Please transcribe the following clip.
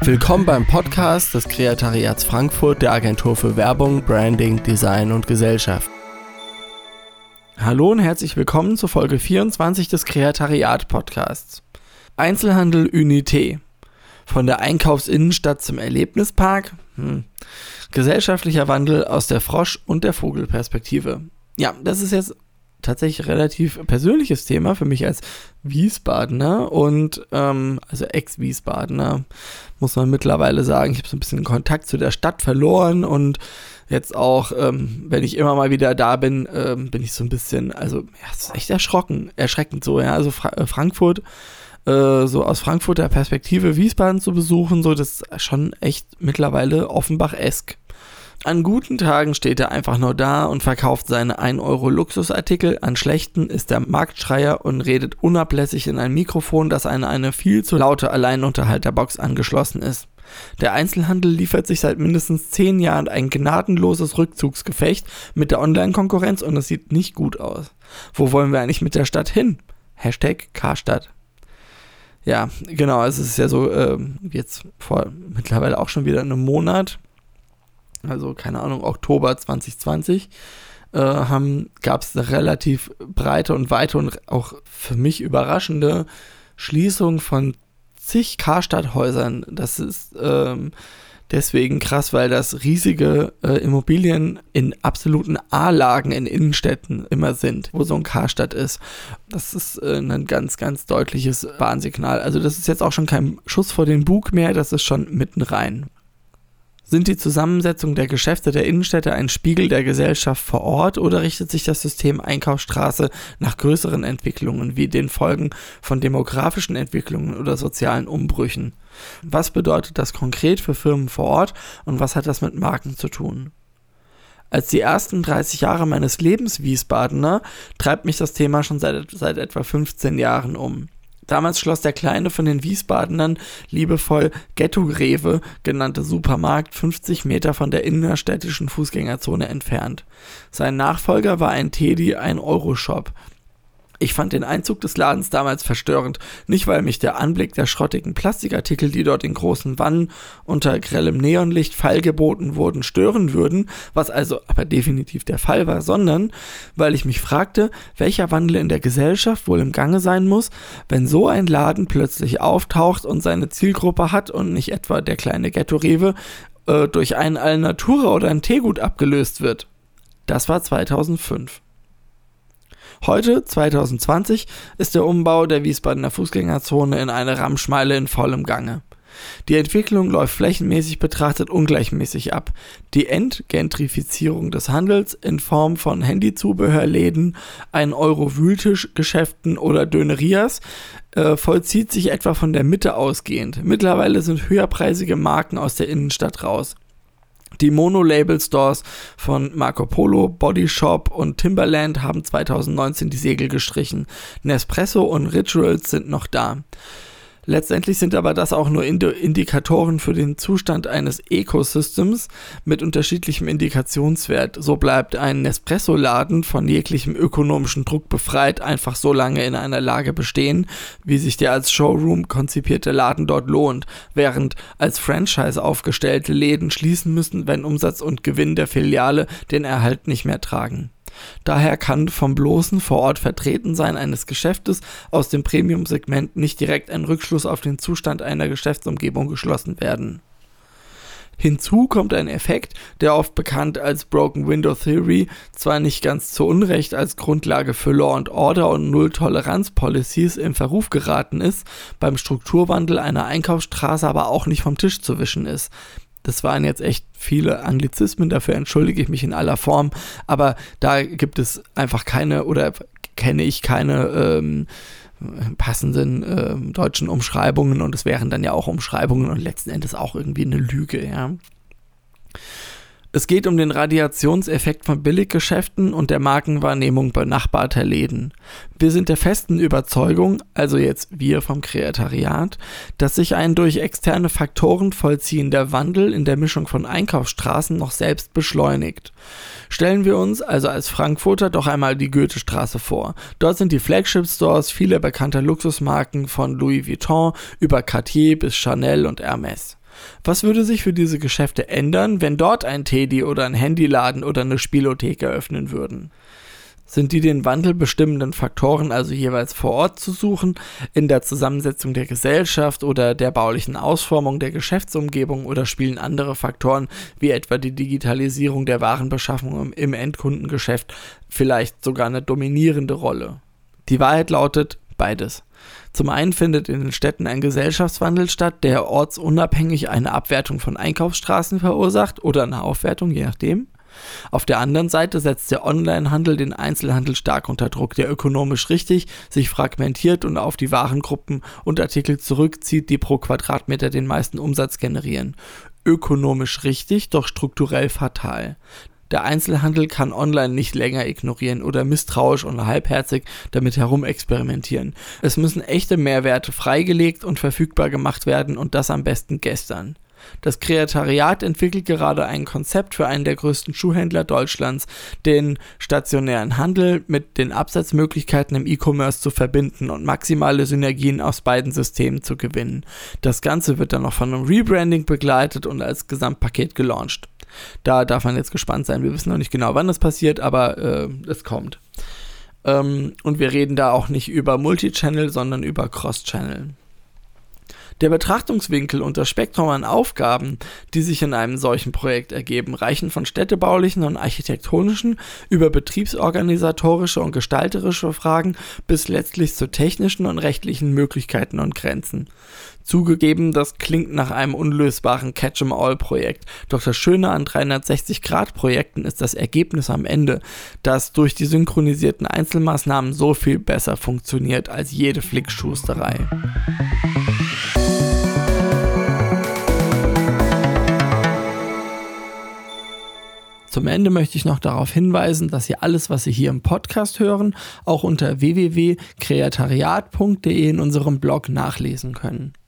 Willkommen beim Podcast des Kreatariats Frankfurt der Agentur für Werbung, Branding, Design und Gesellschaft. Hallo und herzlich willkommen zur Folge 24 des Kreatariat-Podcasts. Einzelhandel Unité. Von der Einkaufsinnenstadt zum Erlebnispark. Gesellschaftlicher Wandel aus der Frosch- und der Vogelperspektive. Ja, das ist jetzt tatsächlich relativ persönliches Thema für mich als Wiesbadener und also Ex-Wiesbadener, muss man mittlerweile sagen. Ich habe so ein bisschen Kontakt zu der Stadt verloren und jetzt auch, wenn ich immer mal wieder da bin, bin ich so ein bisschen, also ja, es ist echt erschreckend so, ja, also Frankfurt, so aus Frankfurter Perspektive Wiesbaden zu besuchen, so, das ist schon echt mittlerweile Offenbach-esk. An guten Tagen steht er einfach nur da und verkauft seine 1 Euro Luxusartikel, an schlechten ist er Marktschreier und redet unablässig in ein Mikrofon, das an eine viel zu laute Alleinunterhalterbox angeschlossen ist. Der Einzelhandel liefert sich seit mindestens 10 Jahren ein gnadenloses Rückzugsgefecht mit der Online-Konkurrenz und es sieht nicht gut aus. Wo wollen wir eigentlich mit der Stadt hin? #Karstadt. Ja, genau, es ist ja so, jetzt vor mittlerweile auch schon wieder einem Monat, also keine Ahnung, Oktober 2020, gab es eine relativ breite und weite und auch für mich überraschende Schließung von zig Karstadt-Häusern. Das ist deswegen krass, weil das riesige Immobilien in absoluten A-Lagen in Innenstädten immer sind, wo so ein Karstadt ist. Das ist ein ganz, ganz deutliches Warnsignal. Also das ist jetzt auch schon kein Schuss vor den Bug mehr, das ist schon mitten rein. Sind die Zusammensetzung der Geschäfte der Innenstädte ein Spiegel der Gesellschaft vor Ort oder richtet sich das System Einkaufsstraße nach größeren Entwicklungen wie den Folgen von demografischen Entwicklungen oder sozialen Umbrüchen? Was bedeutet das konkret für Firmen vor Ort und was hat das mit Marken zu tun? Als die ersten 30 Jahre meines Lebens Wiesbadener treibt mich das Thema schon seit etwa 15 Jahren um. Damals schloss der kleine, von den Wiesbadenern liebevoll Ghetto-Rewe genannte Supermarkt 50 Meter von der innerstädtischen Fußgängerzone entfernt. Sein Nachfolger war ein Teddy 1-Euro-Shop. Ich fand den Einzug des Ladens damals verstörend, nicht weil mich der Anblick der schrottigen Plastikartikel, die dort in großen Wannen unter grellem Neonlicht feilgeboten wurden, stören würden, was also aber definitiv der Fall war, sondern weil ich mich fragte, welcher Wandel in der Gesellschaft wohl im Gange sein muss, wenn so ein Laden plötzlich auftaucht und seine Zielgruppe hat und nicht etwa der kleine Ghetto-Rewe durch einen Alnatura oder ein Teegut abgelöst wird. Das war 2005. Heute, 2020, ist der Umbau der Wiesbadener Fußgängerzone in eine Ramschmeile in vollem Gange. Die Entwicklung läuft flächenmäßig betrachtet ungleichmäßig ab. Die Entgentrifizierung des Handels in Form von Handyzubehörläden, 1 Euro Wühltischgeschäften oder Dönerias vollzieht sich etwa von der Mitte ausgehend. Mittlerweile sind höherpreisige Marken aus der Innenstadt raus. Die Mono-Label-Stores von Marco Polo, Body Shop und Timberland haben 2019 die Segel gestrichen. Nespresso und Rituals sind noch da. Letztendlich sind aber das auch nur Indikatoren für den Zustand eines Ecosystems mit unterschiedlichem Indikationswert. So bleibt ein Nespresso-Laden von jeglichem ökonomischen Druck befreit einfach so lange in einer Lage bestehen, wie sich der als Showroom konzipierte Laden dort lohnt, während als Franchise aufgestellte Läden schließen müssen, wenn Umsatz und Gewinn der Filiale den Erhalt nicht mehr tragen. Daher kann vom bloßen Vor-Ort-Vertretensein eines Geschäftes aus dem Premium-Segment nicht direkt ein Rückschluss auf den Zustand einer Geschäftsumgebung geschlossen werden. Hinzu kommt ein Effekt, der oft bekannt als Broken Window Theory, zwar nicht ganz zu Unrecht als Grundlage für Law and Order und Null-Toleranz-Policies in Verruf geraten ist, beim Strukturwandel einer Einkaufsstraße aber auch nicht vom Tisch zu wischen ist. Das waren jetzt echt viele Anglizismen, dafür entschuldige ich mich in aller Form, aber da gibt es einfach keine oder kenne ich keine passenden deutschen Umschreibungen und es wären dann ja auch Umschreibungen und letzten Endes auch irgendwie eine Lüge, ja. Es geht um den Radiationseffekt von Billiggeschäften und der Markenwahrnehmung benachbarter Läden. Wir sind der festen Überzeugung, also jetzt wir vom Kreatariat, dass sich ein durch externe Faktoren vollziehender Wandel in der Mischung von Einkaufsstraßen noch selbst beschleunigt. Stellen wir uns also als Frankfurter doch einmal die Goethestraße vor. Dort sind die Flagship-Stores vieler bekannter Luxusmarken von Louis Vuitton über Cartier bis Chanel und Hermès. Was würde sich für diese Geschäfte ändern, wenn dort ein Teddy oder ein Handyladen oder eine Spielothek eröffnen würden? Sind die den Wandel bestimmenden Faktoren also jeweils vor Ort zu suchen, in der Zusammensetzung der Gesellschaft oder der baulichen Ausformung der Geschäftsumgebung, oder spielen andere Faktoren wie etwa die Digitalisierung der Warenbeschaffung im Endkundengeschäft vielleicht sogar eine dominierende Rolle? Die Wahrheit lautet beides. Zum einen findet in den Städten ein Gesellschaftswandel statt, der ortsunabhängig eine Abwertung von Einkaufsstraßen verursacht oder eine Aufwertung, je nachdem. Auf der anderen Seite setzt der Onlinehandel den Einzelhandel stark unter Druck, der ökonomisch richtig, sich fragmentiert und auf die Warengruppen und Artikel zurückzieht, die pro Quadratmeter den meisten Umsatz generieren. Ökonomisch richtig, doch strukturell fatal. Der Einzelhandel kann online nicht länger ignorieren oder misstrauisch und halbherzig damit herumexperimentieren. Es müssen echte Mehrwerte freigelegt und verfügbar gemacht werden, und das am besten gestern. Das Kreatariat entwickelt gerade ein Konzept für einen der größten Schuhhändler Deutschlands, den stationären Handel mit den Absatzmöglichkeiten im E-Commerce zu verbinden und maximale Synergien aus beiden Systemen zu gewinnen. Das Ganze wird dann noch von einem Rebranding begleitet und als Gesamtpaket gelauncht. Da darf man jetzt gespannt sein. Wir wissen noch nicht genau, wann das passiert, aber es kommt. Und wir reden da auch nicht über Multichannel, sondern über Cross-Channel. Der Betrachtungswinkel und das Spektrum an Aufgaben, die sich in einem solchen Projekt ergeben, reichen von städtebaulichen und architektonischen über betriebsorganisatorische und gestalterische Fragen bis letztlich zu technischen und rechtlichen Möglichkeiten und Grenzen. Zugegeben, das klingt nach einem unlösbaren Catch-em-all-Projekt, doch das Schöne an 360-Grad-Projekten ist das Ergebnis am Ende, das durch die synchronisierten Einzelmaßnahmen so viel besser funktioniert als jede Flickschusterei. Zum Ende möchte ich noch darauf hinweisen, dass Sie alles, was Sie hier im Podcast hören, auch unter www.kreatariat.de in unserem Blog nachlesen können.